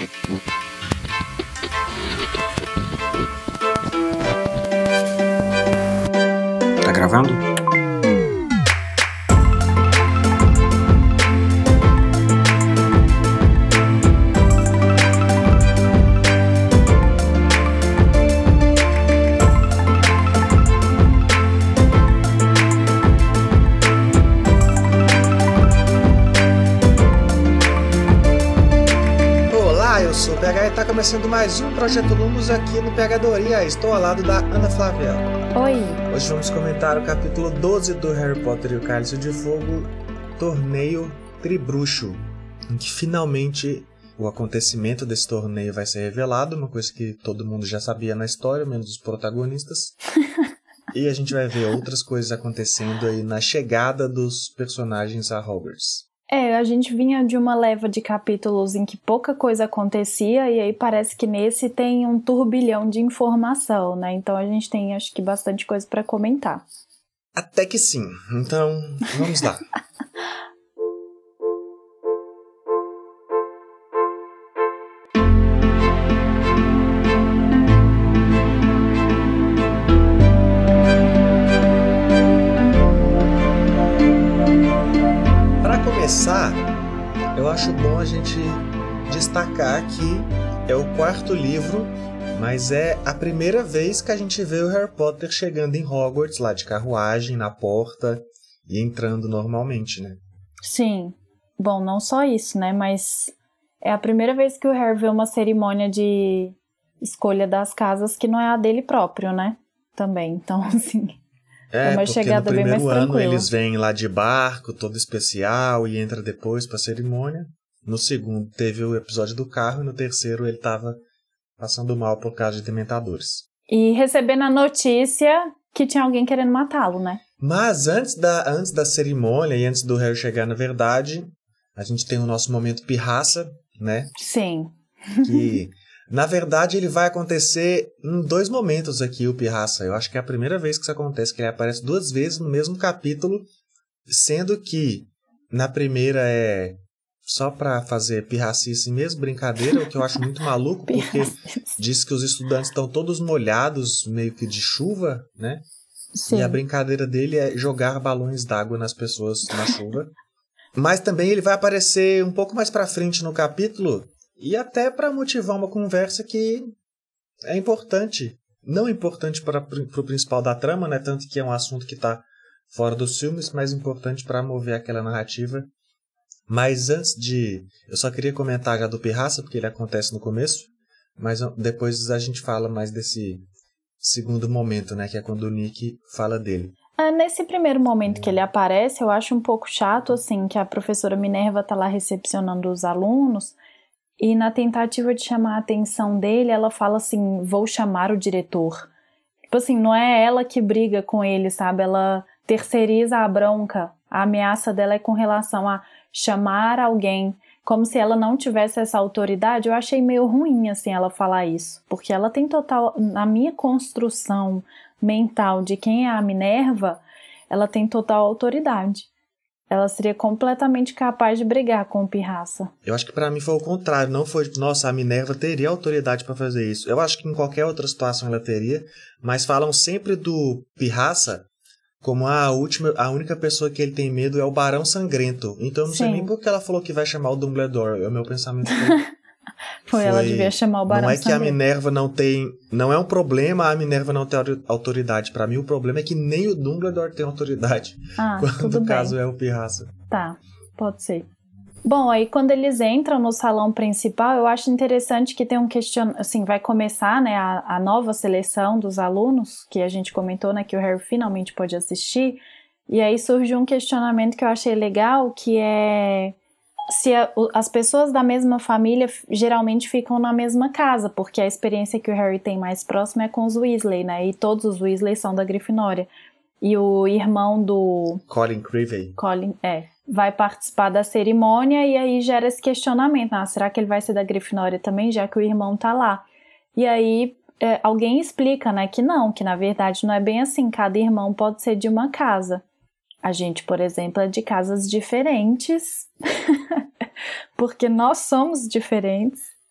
Tá gravando? Olá, eu sou o PH e tá começando mais um Projeto Lumos aqui no PHdoria. Estou ao lado da Ana Flávia. Oi! Hoje vamos comentar o capítulo 12 do Harry Potter e o Cálice de Fogo, Torneio Tribruxo, em que finalmente o acontecimento desse torneio vai ser revelado, uma coisa que todo mundo já sabia na história, menos os protagonistas. E a gente vai ver outras coisas acontecendo aí na chegada dos personagens a Hogwarts. A gente vinha de uma leva de capítulos em que pouca coisa acontecia e aí parece que nesse tem um turbilhão de informação, né? Então a gente tem, acho que, bastante coisa pra comentar. Até que sim. Então, vamos lá. Para começar, eu acho bom a gente destacar que é o quarto livro, mas é a primeira vez que a gente vê o Harry Potter chegando em Hogwarts, lá de carruagem, na porta, e entrando normalmente, né? Sim. Bom, não só isso, né? Mas é a primeira vez que o Harry vê uma cerimônia de escolha das casas que não é a dele próprio, né? Também. Então, assim, é uma porque chegada no bem mais primeiro ano tranquila. eles vêm lá de barco, todo especial, e entra depois pra cerimônia. No segundo teve o episódio do carro, e no terceiro ele tava passando mal por causa de dementadores. E recebendo a notícia que tinha alguém querendo matá-lo, né? Mas antes da cerimônia e antes do Harry chegar, na verdade, a gente tem o nosso momento pirraça, né? Sim. Que, na verdade, ele vai acontecer em dois momentos aqui, o pirraça. Eu acho que é a primeira vez que isso acontece, que ele aparece duas vezes no mesmo capítulo, sendo que na primeira é só pra fazer pirracice mesmo, brincadeira, o que eu acho muito maluco, porque diz que os estudantes estão todos molhados, meio que de chuva, né? Sim. E a brincadeira dele é jogar balões d'água nas pessoas na chuva. Mas também ele vai aparecer um pouco mais pra frente no capítulo e até pra motivar uma conversa que é importante. Não importante para o principal da trama, né? Tanto que é um assunto que tá fora dos filmes, mas importante pra mover aquela narrativa. Mas antes de... Eu só queria comentar já do Pirraça, porque ele acontece no começo. Mas depois a gente fala mais desse segundo momento, né? Que é quando o Nick fala dele. Nesse primeiro momento que ele aparece, eu acho um pouco chato, assim, que a professora Minerva tá lá recepcionando os alunos e na tentativa de chamar a atenção dele, ela fala assim, vou chamar o diretor. Tipo assim, não é ela que briga com ele, sabe? Ela terceiriza a bronca. A ameaça dela é com relação a chamar alguém, como se ela não tivesse essa autoridade. Eu achei meio ruim, assim, ela falar isso, porque ela tem total, na minha construção mental de quem é a Minerva, ela tem total autoridade. Ela seria completamente capaz de brigar com o Pirraça. Eu acho que pra mim foi o contrário, não foi, nossa, a Minerva teria autoridade pra fazer isso. Eu acho que em qualquer outra situação ela teria, mas falam sempre do Pirraça como a única pessoa que ele tem medo é o Barão Sangrento. Então eu não sei nem por que ela falou que vai chamar o Dumbledore. O meu pensamento foi... Ela devia chamar o Barão Sangrento. Não é que a Minerva não tem... Não é um problema a Minerva não ter autoridade. Pra mim o problema é que nem o Dumbledore tem autoridade. Quando o caso é o Pirraça. Tá, pode ser. Bom, aí quando eles entram no salão principal, eu acho interessante que tem um questionamento, assim, vai começar, né, a nova seleção dos alunos, que a gente comentou, né, que o Harry finalmente pôde assistir, e aí surge um questionamento que eu achei legal, que é se as pessoas da mesma família geralmente ficam na mesma casa, porque a experiência que o Harry tem mais próxima é com os Weasley, né, e todos os Weasley são da Grifinória. E o irmão do... Colin Creevey. Vai participar da cerimônia e aí gera esse questionamento. Será que ele vai ser da Grifinória também, já que o irmão tá lá? E aí alguém explica, né, que não, que na verdade não é bem assim. Cada irmão pode ser de uma casa. A gente, por exemplo, é de casas diferentes, porque nós somos diferentes.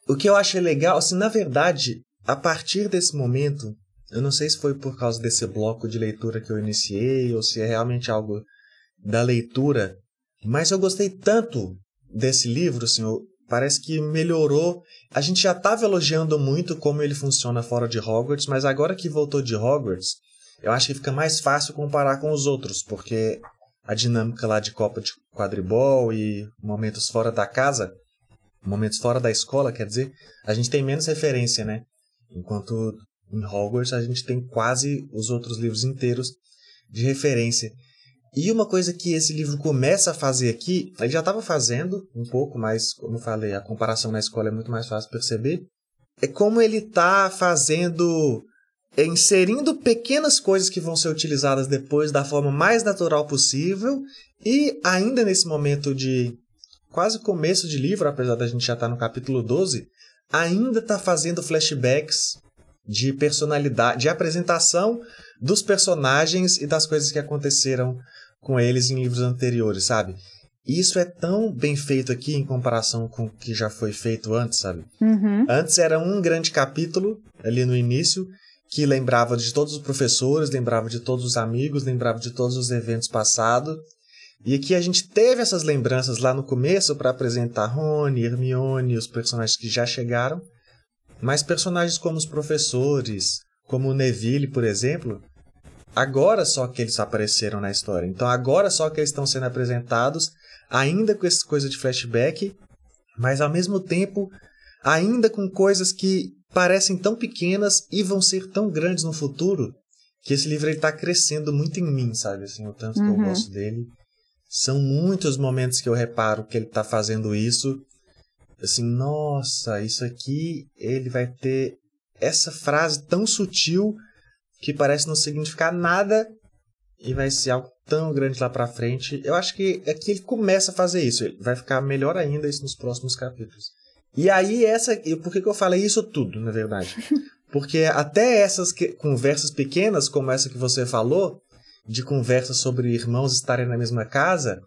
O que eu achei legal, assim, na verdade, a partir desse momento, eu não sei se foi por causa desse bloco de leitura que eu iniciei, ou se é realmente algo da leitura, mas eu gostei tanto desse livro, assim, parece que melhorou. A gente já estava elogiando muito como ele funciona fora de Hogwarts, mas agora que voltou de Hogwarts, eu acho que fica mais fácil comparar com os outros, porque a dinâmica lá de Copa de Quadribol e momentos fora da casa, momentos fora da escola, quer dizer, a gente tem menos referência, né? Enquanto em Hogwarts a gente tem quase os outros livros inteiros de referência. E uma coisa que esse livro começa a fazer aqui, ele já estava fazendo um pouco, mas, como eu falei, a comparação na escola é muito mais fácil perceber, é como ele está fazendo, inserindo pequenas coisas que vão ser utilizadas depois da forma mais natural possível, e ainda nesse momento de quase começo de livro, apesar da gente já estar no capítulo 12, ainda está fazendo flashbacks de personalidade, de apresentação dos personagens e das coisas que aconteceram com eles em livros anteriores, sabe? E isso é tão bem feito aqui em comparação com o que já foi feito antes, sabe? Uhum. Antes era um grande capítulo, ali no início, que lembrava de todos os professores, lembrava de todos os amigos, lembrava de todos os eventos passados. E aqui a gente teve essas lembranças lá no começo para apresentar Rony, Hermione, os personagens que já chegaram. Mas personagens como os professores, como o Neville, por exemplo, agora só que eles apareceram na história. Então agora só que eles estão sendo apresentados, ainda com essa coisa de flashback, mas ao mesmo tempo ainda com coisas que parecem tão pequenas e vão ser tão grandes no futuro, que esse livro está crescendo muito em mim, sabe? Assim, o tanto que eu gosto dele. São muitos momentos que eu reparo que ele está fazendo isso. Assim, nossa, isso aqui, ele vai ter essa frase tão sutil que parece não significar nada e vai ser algo tão grande lá pra frente. Eu acho que aqui ele começa a fazer isso. Ele vai ficar melhor ainda isso nos próximos capítulos. E aí, por que eu falei isso tudo, na verdade? Porque até essas conversas pequenas, como essa que você falou, de conversas sobre irmãos estarem na mesma casa,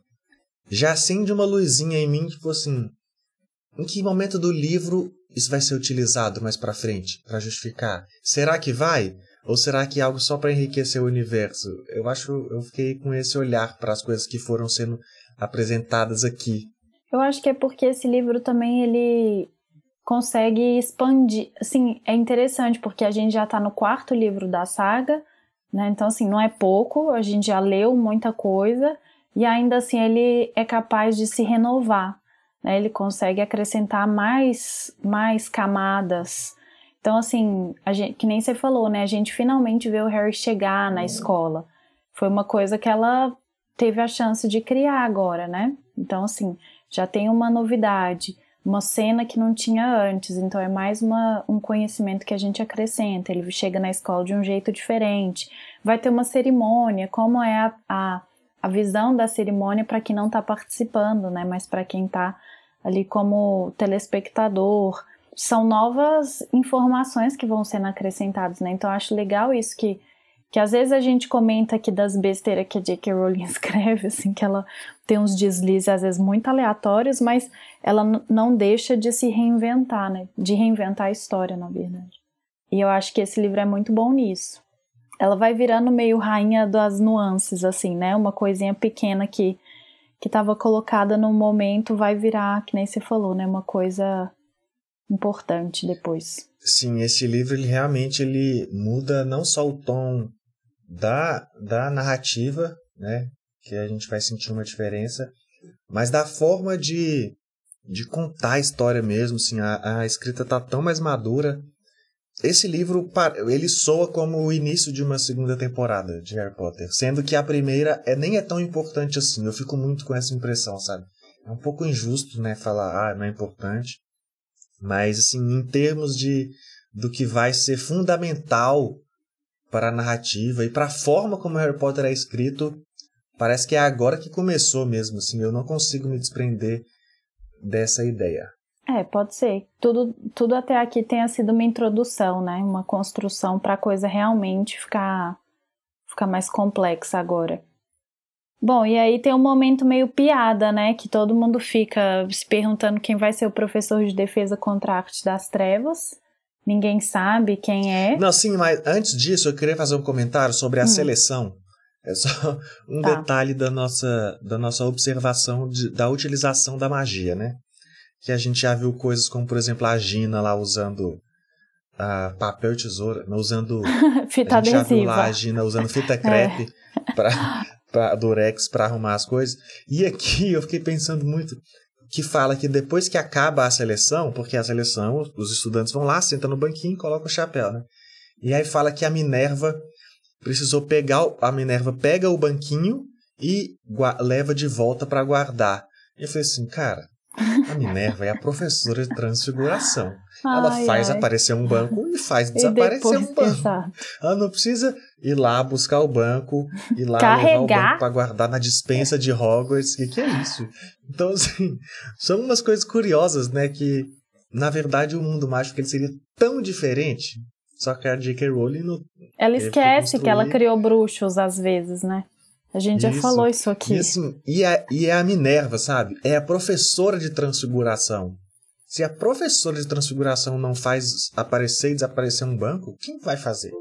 já acende uma luzinha em mim, tipo assim, em que momento do livro isso vai ser utilizado mais pra frente, pra justificar? Será que vai? Ou será que é algo só para enriquecer o universo? Eu fiquei com esse olhar para as coisas que foram sendo apresentadas aqui. Eu acho que é porque esse livro também ele consegue expandir. Assim, é interessante porque a gente já está no 4º livro da saga, né? Então, assim, não é pouco, a gente já leu muita coisa e ainda assim ele é capaz de se renovar, né? Ele consegue acrescentar mais camadas. Então, assim, que nem você falou, né? A gente finalmente vê o Harry chegar na escola. Foi uma coisa que ela teve a chance de criar agora, né? Então, assim, já tem uma novidade, uma cena que não tinha antes. Então, é mais um conhecimento que a gente acrescenta. Ele chega na escola de um jeito diferente. Vai ter uma cerimônia, como é a visão da cerimônia para quem não está participando, né? Mas para quem está ali como telespectador. São novas informações que vão sendo acrescentadas, né? Então eu acho legal isso que às vezes a gente comenta aqui das besteiras que a J.K. Rowling escreve, assim, que ela tem uns deslizes às vezes muito aleatórios, mas ela não deixa de se reinventar, né? De reinventar a história, na verdade. E eu acho que esse livro é muito bom nisso. Ela vai virando meio rainha das nuances, assim, né? Uma coisinha pequena que estava colocada no momento vai virar, que nem você falou, né? Uma coisa importante depois. Sim, esse livro ele realmente muda não só o tom da narrativa, né, que a gente vai sentir uma diferença, mas da forma de contar a história mesmo, assim, a escrita tá tão mais madura. Esse livro, ele soa como o início de uma segunda temporada de Harry Potter, sendo que a primeira nem é tão importante assim. Eu fico muito com essa impressão, sabe? É um pouco injusto, né, falar, não é importante. Mas, assim, em termos do que vai ser fundamental para a narrativa e para a forma como Harry Potter é escrito, parece que é agora que começou mesmo, assim. Eu não consigo me desprender dessa ideia. Pode ser. Tudo até aqui tenha sido uma introdução, né? Uma construção para a coisa realmente ficar mais complexa agora. Bom, e aí tem um momento meio piada, né? Que todo mundo fica se perguntando quem vai ser o professor de defesa contra a arte das trevas. Ninguém sabe quem é. Não, sim, mas antes disso eu queria fazer um comentário sobre a seleção. É só um detalhe da nossa observação da utilização da magia, né? Que a gente já viu coisas como, por exemplo, a Gina lá usando papel e tesoura, usando... fita a gente adesiva. já viu lá a Gina usando fita crepe para Durex para arrumar as coisas. E aqui eu fiquei pensando muito, que fala que depois que acaba a seleção, porque a seleção, os estudantes vão lá, sentam no banquinho e colocam o chapéu, né? E aí fala que a Minerva pega o banquinho e leva de volta para guardar. E eu falei assim, cara, a Minerva é a professora de transfiguração. Ela faz aparecer um banco e faz desaparecer um banco. Exato. Ela não precisa ir lá buscar o banco, ir lá carregar, levar o banco para guardar na despensa de Hogwarts. O que é isso? Então, assim, são umas coisas curiosas, né? Que, na verdade, o mundo mágico ele seria tão diferente. Só que a J.K. Rowling não... Ela esquece que ela criou bruxos às vezes, né? A gente já falou isso aqui. E, assim, é a Minerva, sabe? É a professora de transfiguração. Se a professora de transfiguração não faz aparecer e desaparecer um banco, quem vai fazer?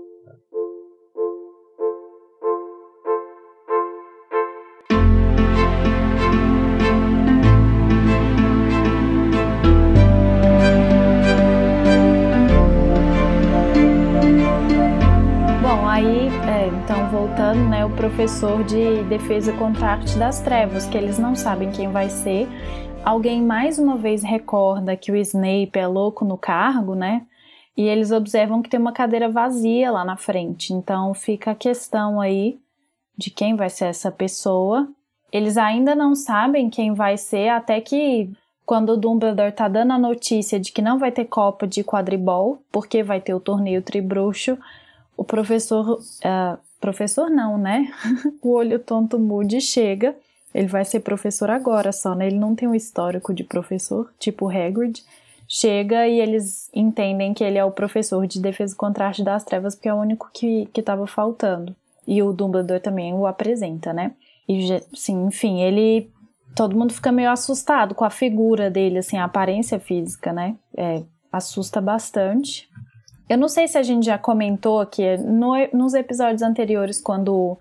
Então, voltando, né, o professor de defesa contra a arte das trevas, que eles não sabem quem vai ser. Alguém mais uma vez recorda que o Snape é louco no cargo, né? E eles observam que tem uma cadeira vazia lá na frente. Então, fica a questão aí de quem vai ser essa pessoa. Eles ainda não sabem quem vai ser, até que quando o Dumbledore tá dando a notícia de que não vai ter Copa de quadribol, porque vai ter o torneio tribruxo, o professor não, né? O olho tonto Moody chega. Ele vai ser professor agora só, né? Ele não tem um histórico de professor, tipo Hagrid. Chega e eles entendem que ele é o professor de defesa contra a arte das trevas, porque é o único que tava faltando. E o Dumbledore também o apresenta, né? E, assim, enfim, todo mundo fica meio assustado com a figura dele, assim, a aparência física, né? Assusta bastante. Eu não sei se a gente já comentou aqui nos episódios anteriores, quando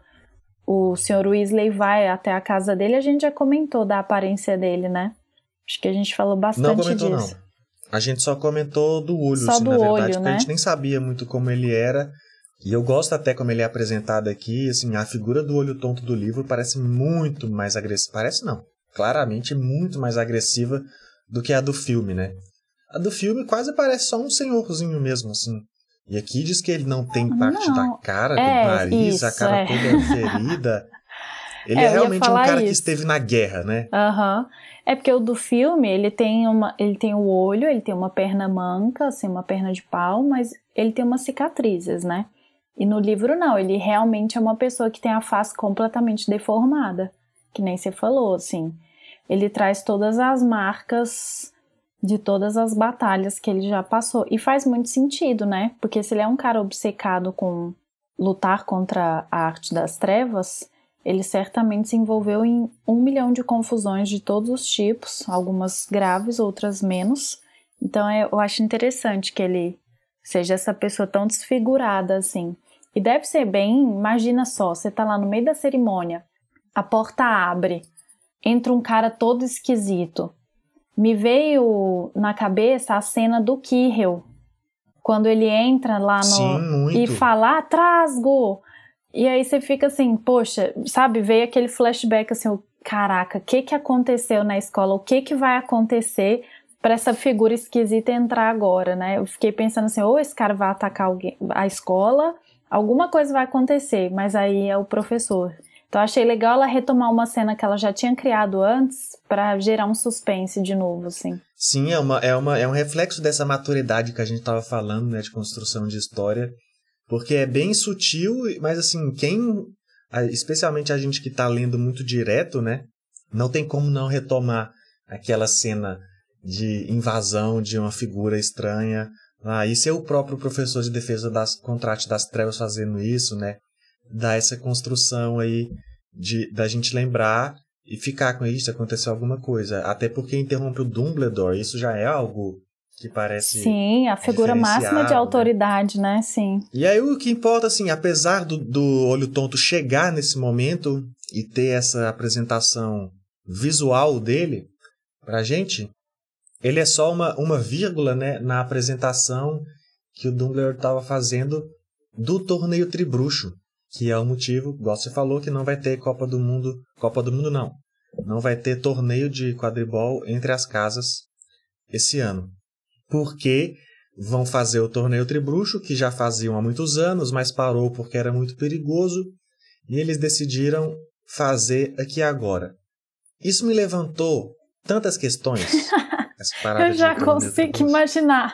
o Sr. Weasley vai até a casa dele, a gente já comentou da aparência dele, né? Acho que a gente falou bastante disso. Não comentou, não. A gente só comentou do olho, só assim, do na verdade, olho, porque né? A gente nem sabia muito como ele era. E eu gosto até como ele é apresentado aqui, assim, a figura do olho tonto do livro parece muito mais agressiva. Parece não, claramente muito mais agressiva do que a do filme, né? A do filme quase parece só um senhorzinho mesmo, assim. E aqui diz que ele não tem parte da cara, do nariz, isso, a cara toda ferida. Ele é realmente um cara que esteve na guerra, né? Aham. É porque o do filme, ele tem o olho, ele tem uma perna manca, assim, uma perna de pau, mas ele tem umas cicatrizes, né? E no livro não, ele realmente é uma pessoa que tem a face completamente deformada, que nem você falou, assim. Ele traz todas as marcas de todas as batalhas que ele já passou. E faz muito sentido, né? Porque se ele é um cara obcecado com lutar contra a arte das trevas, ele certamente se envolveu em 1 milhão de confusões de todos os tipos, algumas graves, outras menos. Então eu acho interessante que ele seja essa pessoa tão desfigurada assim. E deve ser bem, imagina só, você tá lá no meio da cerimônia, a porta abre, entra um cara todo esquisito. Me veio na cabeça a cena do Quirrell, quando ele entra lá e fala, Trasgo! E aí você fica assim, poxa, sabe, veio aquele flashback assim, caraca, o que aconteceu na escola? O que vai acontecer para essa figura esquisita entrar agora, né? Eu fiquei pensando assim, ou esse cara vai atacar a escola, alguma coisa vai acontecer, mas aí é o professor. Então achei legal ela retomar uma cena que ela já tinha criado antes para gerar um suspense de novo, assim. Sim, é um reflexo dessa maturidade que a gente estava falando, né, de construção de história, porque é bem sutil, mas assim, especialmente a gente que está lendo muito direto, né, não tem como não retomar aquela cena de invasão de uma figura estranha, e ser o próprio professor de defesa contra a arte das trevas fazendo isso, né, dá essa construção aí da gente lembrar e ficar com isso se acontecer alguma coisa. Até porque interrompe o Dumbledore, isso já é algo que parece... Sim, a figura máxima de autoridade, né? Sim. E aí o que importa, assim, apesar do Olho Tonto chegar nesse momento e ter essa apresentação visual dele pra gente, ele é só uma vírgula, né, na apresentação que o Dumbledore estava fazendo do torneio Tribruxo, que é o motivo, igual você falou, que não vai ter Copa do Mundo não vai ter torneio de quadribol entre as casas esse ano. Porque vão fazer o torneio Tribruxo, que já faziam há muitos anos, mas parou porque era muito perigoso, e eles decidiram fazer aqui agora. Isso me levantou tantas questões. Essa parada Eu já consigo imaginar.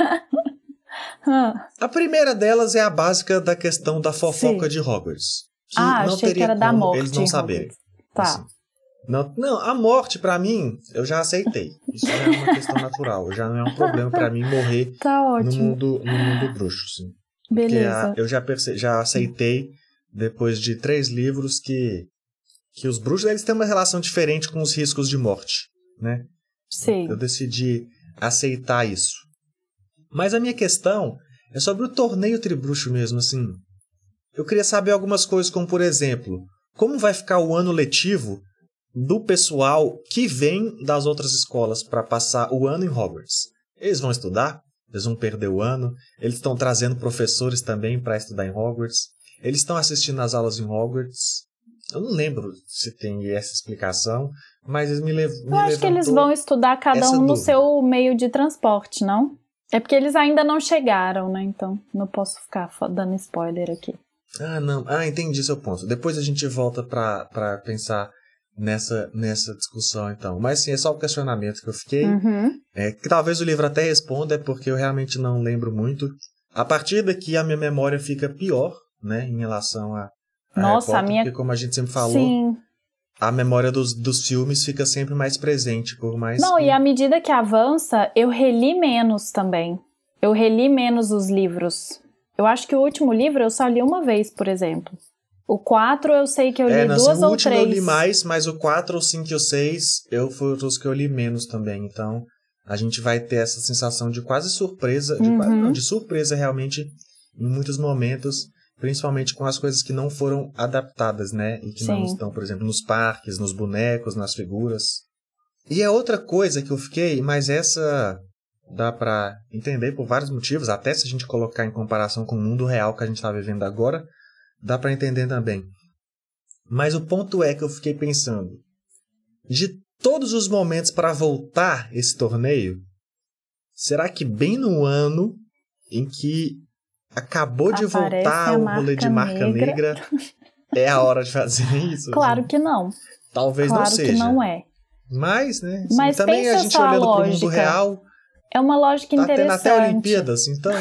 A primeira delas é a básica da questão da fofoca de Hogwarts. Que não achei teria que era da morte eles não saberem. Tá. Assim. Não, a morte, pra mim, eu já aceitei. Isso já é uma questão natural. Já não é um problema pra mim morrer no mundo bruxo. Sim. Beleza. Porque eu já aceitei, depois de 3 livros, que os bruxos eles têm uma relação diferente com os riscos de morte, né? Sim. Eu decidi aceitar isso. Mas a minha questão é sobre o torneio Tribruxo mesmo, assim. Eu queria saber algumas coisas, como por exemplo, como vai ficar o ano letivo do pessoal que vem das outras escolas para passar o ano em Hogwarts. Eles vão estudar? Eles vão perder o ano? Eles estão trazendo professores também para estudar em Hogwarts? Eles estão assistindo às aulas em Hogwarts? Eu não lembro se tem essa explicação, mas eles me levantou. Eu acho que eles vão estudar cada um no seu meio de transporte, não? É porque eles ainda não chegaram, né? Então não posso ficar dando spoiler aqui. Não. Entendi seu ponto. Depois a gente volta para pensar nessa discussão, então. Mas sim, é só o questionamento que eu fiquei. Que talvez o livro até responda, é porque eu realmente não lembro muito. A partir daqui a minha memória fica pior, né? Em relação a Nossa, Harry Potter, porque como a gente sempre falou, sim, a memória dos filmes fica sempre mais presente, por mais Não, e à medida que avança, eu reli menos também. Eu reli menos os livros. Eu acho que o último livro eu só li uma vez, por exemplo. O 4 eu sei que eu li 2 ou 3. O último eu li mais, mas o 4, o 5 e o 6 foram os que eu li menos também. Então, a gente vai ter essa sensação de quase surpresa, de surpresa realmente em muitos momentos, principalmente com as coisas que não foram adaptadas, né? E que não estão, por exemplo, nos parques, nos bonecos, nas figuras. E é outra coisa que eu fiquei, mas essa dá pra entender por vários motivos, até se a gente colocar em comparação com o mundo real que a gente tá vivendo agora, dá pra entender também. Mas o ponto é que eu fiquei pensando, de todos os momentos para voltar esse torneio, será que bem no ano em que acabou de voltar o rolê de marca negra é a hora de fazer isso? Claro que não. Talvez não seja. Claro que não é. Mas, né? Mas também a gente olhando pro mundo real. É uma lógica interessante. Tá tendo até Olimpíadas, então.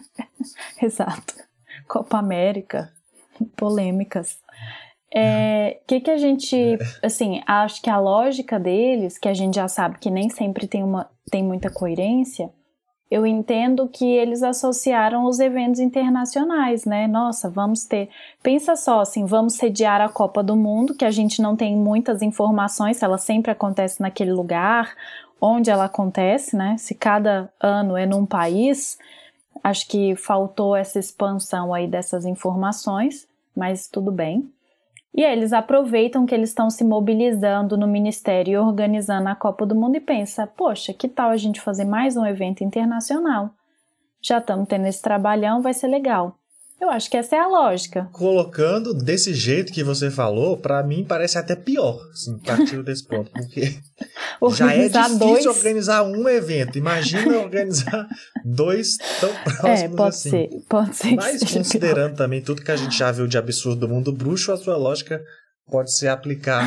Exato. Copa América. Polêmicas. Que a gente, assim, acho que a lógica deles, que a gente já sabe que nem sempre tem muita coerência, eu entendo que eles associaram os eventos internacionais, né? Nossa, vamos ter... Pensa só, assim, vamos sediar a Copa do Mundo, que a gente não tem muitas informações se ela sempre acontece naquele lugar, onde ela acontece, né? Se cada ano é num país, acho que faltou essa expansão aí dessas informações, mas tudo bem. E aí eles aproveitam que eles estão se mobilizando no Ministério e organizando a Copa do Mundo e pensa, poxa, que tal a gente fazer mais um evento internacional? Já estamos tendo esse trabalhão, vai ser legal. Eu acho que essa é a lógica. Colocando desse jeito que você falou, pra mim parece até pior, assim, partindo desse ponto, porque já é difícil organizar um evento. Imagina organizar 2 tão próximos pode assim. Pode ser. Mas considerando também tudo que a gente já viu de absurdo do mundo bruxo, a sua lógica pode se aplicar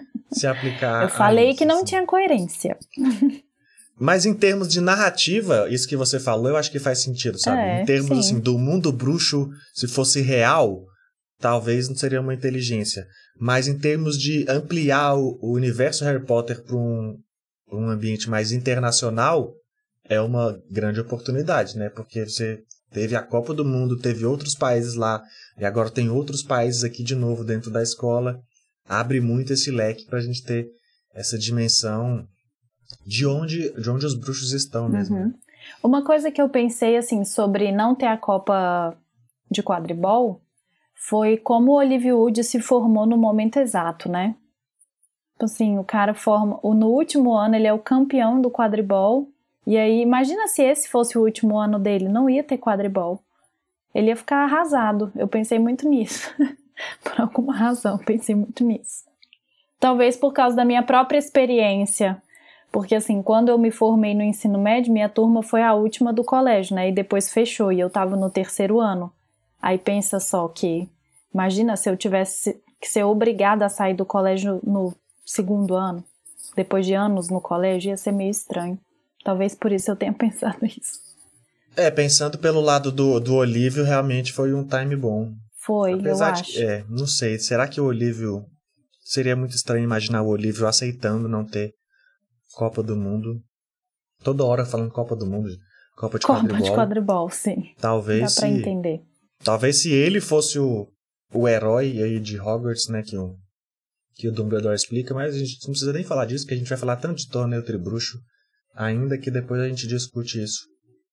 Eu falei que não tinha coerência. Mas em termos de narrativa, isso que você falou, eu acho que faz sentido, sabe? Em termos assim, do mundo bruxo, se fosse real, talvez não seria uma inteligência. Mas em termos de ampliar o universo Harry Potter para um ambiente mais internacional, é uma grande oportunidade, né? Porque você teve a Copa do Mundo, teve outros países lá, e agora tem outros países aqui de novo dentro da escola. abre muito esse leque pra gente ter essa dimensão de onde os bruxos estão mesmo. Uhum. Uma coisa que eu pensei, assim, sobre não ter a Copa de quadribol foi como o Olivia Wood se formou no momento exato, né? Assim, o cara no último ano ele é o campeão do quadribol, e aí imagina se esse fosse o último ano dele, não ia ter quadribol. Ele ia ficar arrasado. Eu pensei muito nisso. Por alguma razão, pensei muito nisso. Talvez por causa da minha própria experiência. Porque assim, quando eu me formei no ensino médio, minha turma foi a última do colégio, né? E depois fechou, e eu tava no 3º ano. Aí pensa só que, imagina se eu tivesse que ser obrigada a sair do colégio no 2º ano. Depois de anos no colégio, ia ser meio estranho. Talvez por isso eu tenha pensado isso. Pensando pelo lado do Olívio, realmente foi um time bom. Foi, Apesar eu acho. Não sei, será que o Olívio... Seria muito estranho imaginar o Olívio aceitando não ter Copa do Mundo. Toda hora falando Copa do Mundo. Copa de quadribol. Copa de quadribol, sim. Talvez dá pra entender. Talvez se ele fosse o herói aí de Hogwarts, né, que o Dumbledore explica, mas a gente não precisa nem falar disso, porque a gente vai falar tanto de torneio tribruxo, ainda que depois a gente discute isso.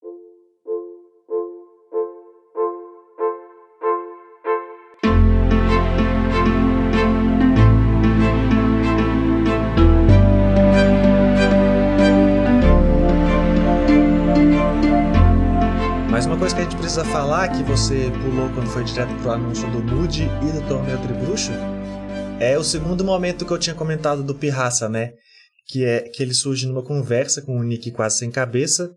Mas uma coisa que a gente precisa falar, que você pulou quando foi direto pro anúncio do Moody e do torneio tribruxo, é o segundo momento que eu tinha comentado do Pirraça, né? Que ele surge numa conversa com o Nick quase sem cabeça,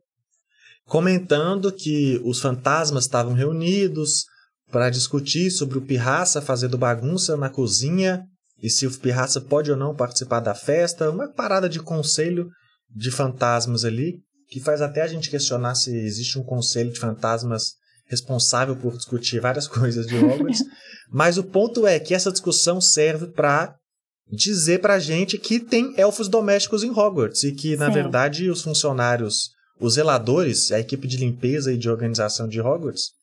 comentando que os fantasmas estavam reunidos para discutir sobre o Pirraça fazendo bagunça na cozinha e se o Pirraça pode ou não participar da festa, uma parada de conselho de fantasmas ali, que faz até a gente questionar se existe um conselho de fantasmas responsável por discutir várias coisas de Hogwarts. Mas o ponto é que essa discussão serve para dizer pra gente que tem elfos domésticos em Hogwarts e que, na verdade, os funcionários, os zeladores, a equipe de limpeza e de organização de Hogwarts,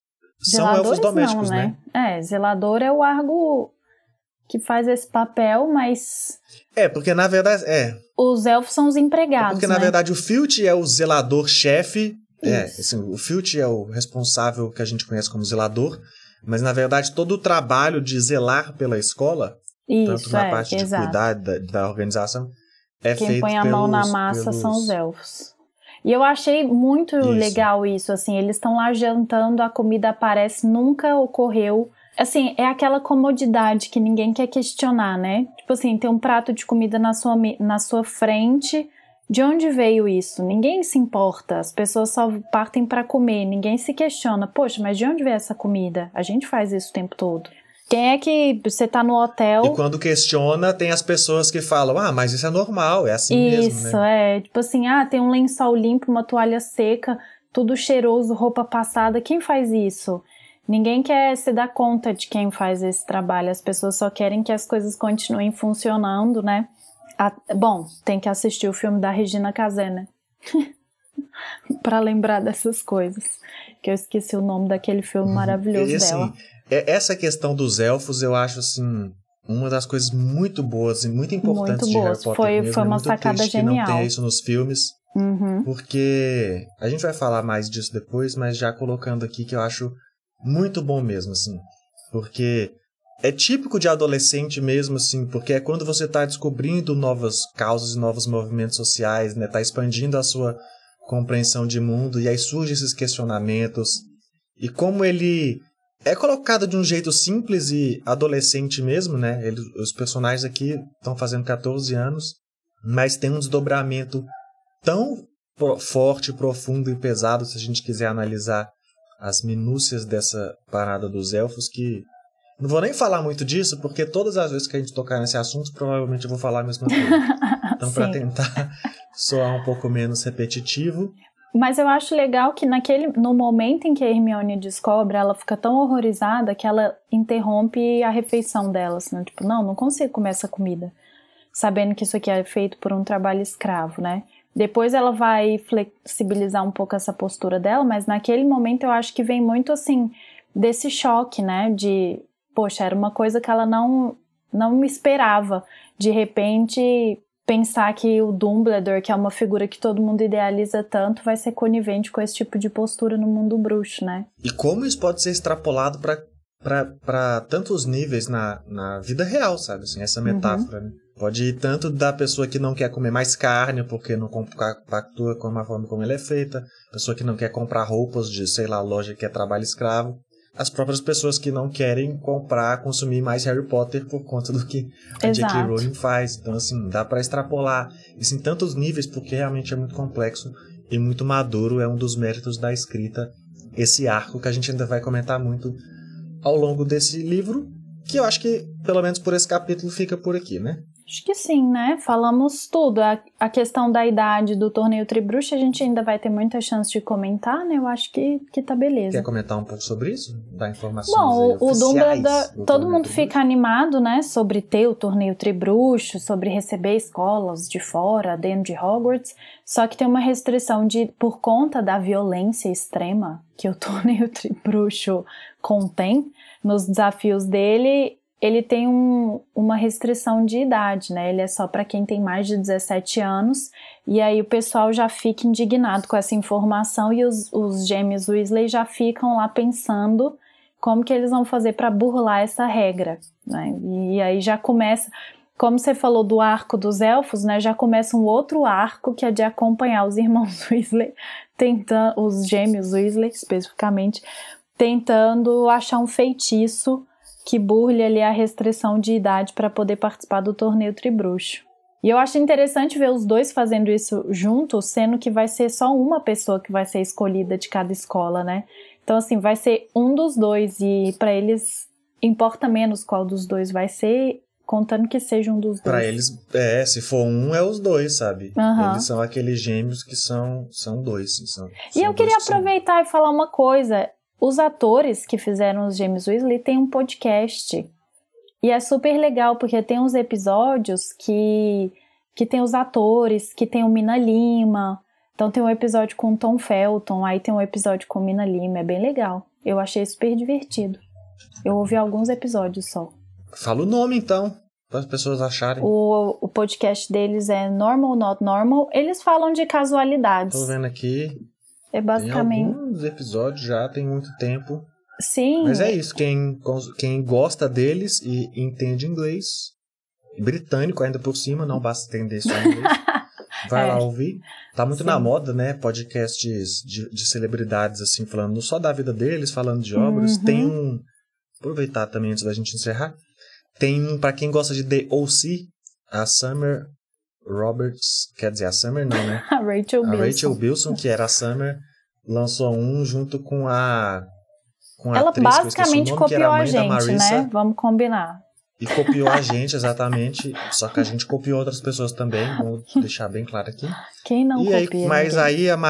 são elfos domésticos, não, né? Zelador é o Argo que faz esse papel, mas... porque na verdade... Os elfos são os empregados, porque, na verdade, o Filch é o zelador-chefe. Assim, o Filch é o responsável que a gente conhece como zelador, mas, na verdade, todo o trabalho de zelar pela escola, tanto na parte de cuidar da organização, é feito pelos... Quem põe a mão na massa são os elfos. E eu achei muito legal isso, assim, eles estão lá jantando, a comida aparece, nunca ocorreu... Assim, é aquela comodidade que ninguém quer questionar, né? Tipo assim, tem um prato de comida na sua frente. De onde veio isso? Ninguém se importa. As pessoas só partem para comer. Ninguém se questiona. Poxa, mas de onde veio essa comida? A gente faz isso o tempo todo. Quem é que você tá no hotel... E quando questiona, tem as pessoas que falam, mas isso é normal, é assim mesmo, né? Isso, tipo assim, tem um lençol limpo, uma toalha seca, tudo cheiroso, roupa passada. Quem faz isso? Ninguém quer se dar conta de quem faz esse trabalho, as pessoas só querem que as coisas continuem funcionando, né? Bom, tem que assistir o filme da Regina Casé, né? Pra lembrar dessas coisas, que eu esqueci o nome daquele filme maravilhoso dela. Essa questão dos elfos, eu acho, assim, uma das coisas muito boas e muito importantes de Harry Potter mesmo. Foi uma sacada genial. Que não tem isso nos filmes, porque a gente vai falar mais disso depois, mas já colocando aqui que eu acho muito bom mesmo, assim, porque é típico de adolescente mesmo, assim, porque é quando você tá descobrindo novas causas e novos movimentos sociais, né, tá expandindo a sua compreensão de mundo, e aí surgem esses questionamentos, e como ele é colocado de um jeito simples e adolescente mesmo, né, os personagens aqui estão fazendo 14 anos, mas tem um desdobramento tão forte, profundo e pesado, se a gente quiser analisar as minúcias dessa parada dos elfos, que não vou nem falar muito disso, porque todas as vezes que a gente tocar nesse assunto, provavelmente eu vou falar a mesma coisa. Então, para tentar soar um pouco menos repetitivo. Mas eu acho legal que no momento em que a Hermione descobre, ela fica tão horrorizada que ela interrompe a refeição dela, assim, tipo, não consigo comer essa comida, sabendo que isso aqui é feito por um trabalho escravo, né? Depois ela vai flexibilizar um pouco essa postura dela, mas naquele momento eu acho que vem muito, assim, desse choque, né? De, poxa, era uma coisa que ela não não me esperava, de repente, pensar que o Dumbledore, que é uma figura que todo mundo idealiza tanto, vai ser conivente com esse tipo de postura no mundo bruxo, né? E como isso pode ser extrapolado para tantos níveis na vida real, sabe? Assim, essa metáfora, né? Pode ir tanto da pessoa que não quer comer mais carne porque não compactua com a forma como ela é feita, pessoa que não quer comprar roupas de, sei lá, loja que é trabalho escravo, as próprias pessoas que não querem consumir mais Harry Potter por conta do que a J.K. Rowling faz. Então, assim, dá para extrapolar isso em tantos níveis porque realmente é muito complexo e muito maduro. É um dos méritos da escrita, esse arco que a gente ainda vai comentar muito ao longo desse livro, que eu acho que, pelo menos por esse capítulo, fica por aqui, né? Acho que sim, né? Falamos tudo. A questão da idade do torneio Tribruxo, a gente ainda vai ter muita chance de comentar, né? Eu acho que tá beleza. Quer comentar um pouco sobre isso? Dar informações Bom, o Dumbledore, todo mundo Tribruxo. fica animado, né? Sobre ter o torneio Tribruxo, sobre receber escolas de fora, dentro de Hogwarts. Só que tem uma restrição por conta da violência extrema que o torneio Tribruxo contém nos desafios dele. Ele tem uma restrição de idade, né? Ele é só para quem tem mais de 17 anos. E aí o pessoal já fica indignado com essa informação e os gêmeos Weasley já ficam lá pensando como que eles vão fazer para burlar essa regra, né? E aí já começa, como você falou do arco dos elfos, né? Já começa um outro arco que é de acompanhar os irmãos Weasley, os gêmeos Weasley especificamente, tentando achar um feitiço que burle ali a restrição de idade para poder participar do torneio Tribruxo. E eu acho interessante ver os dois fazendo isso juntos, sendo que vai ser só uma pessoa que vai ser escolhida de cada escola, né? Então, assim, vai ser um dos dois e para eles importa menos qual dos dois vai ser, contando que seja um dos dois. Para eles, se for um, é os dois, sabe? Uhum. Eles são aqueles gêmeos que são dois. E eu queria aproveitar e falar uma coisa. Os atores que fizeram os gêmeos Weasley têm um podcast. E é super legal, porque tem uns episódios que tem os atores, que tem o Mina Lima. Então tem um episódio com o Tom Felton, aí tem um episódio com o Mina Lima. É bem legal. Eu achei super divertido. Eu ouvi alguns episódios só. Fala o nome, então, para as pessoas acharem. O podcast deles é Normal Not Normal. Eles falam de casualidades. Tô vendo aqui. É basicamente... Tem alguns episódios já, tem muito tempo. Sim. Mas é isso, quem gosta deles e entende inglês, britânico ainda por cima, não basta entender só inglês, vai lá ouvir. Tá muito na moda, né, podcasts de celebridades, assim, falando só da vida deles, falando de obras. Tem aproveitar também antes da gente encerrar, tem pra quem gosta de The O.C., a Summer Roberts, quer dizer, a Summer não, né? A Rachel Bilson, que era a Summer, lançou um junto com a ela atriz, basicamente nome, copiou a gente, Marissa, né? Vamos combinar. E copiou a gente, exatamente. Só que a gente copiou outras pessoas também, vamos deixar bem claro aqui. Quem não copia? Mas aí a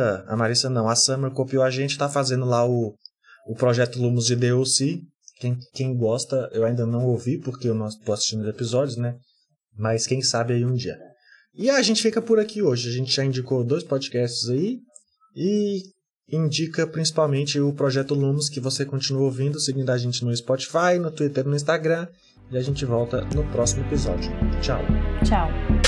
Summer copiou a gente, tá fazendo lá o projeto Lumos de The O.C. Quem gosta, eu ainda não ouvi, porque eu não estou assistindo os episódios, né? Mas quem sabe aí um dia. E a gente fica por aqui hoje. A gente já indicou 2 podcasts aí. E indica principalmente o Projeto Lumos, que você continua ouvindo, seguindo a gente no Spotify, no Twitter, no Instagram. E a gente volta no próximo episódio. Tchau. Tchau.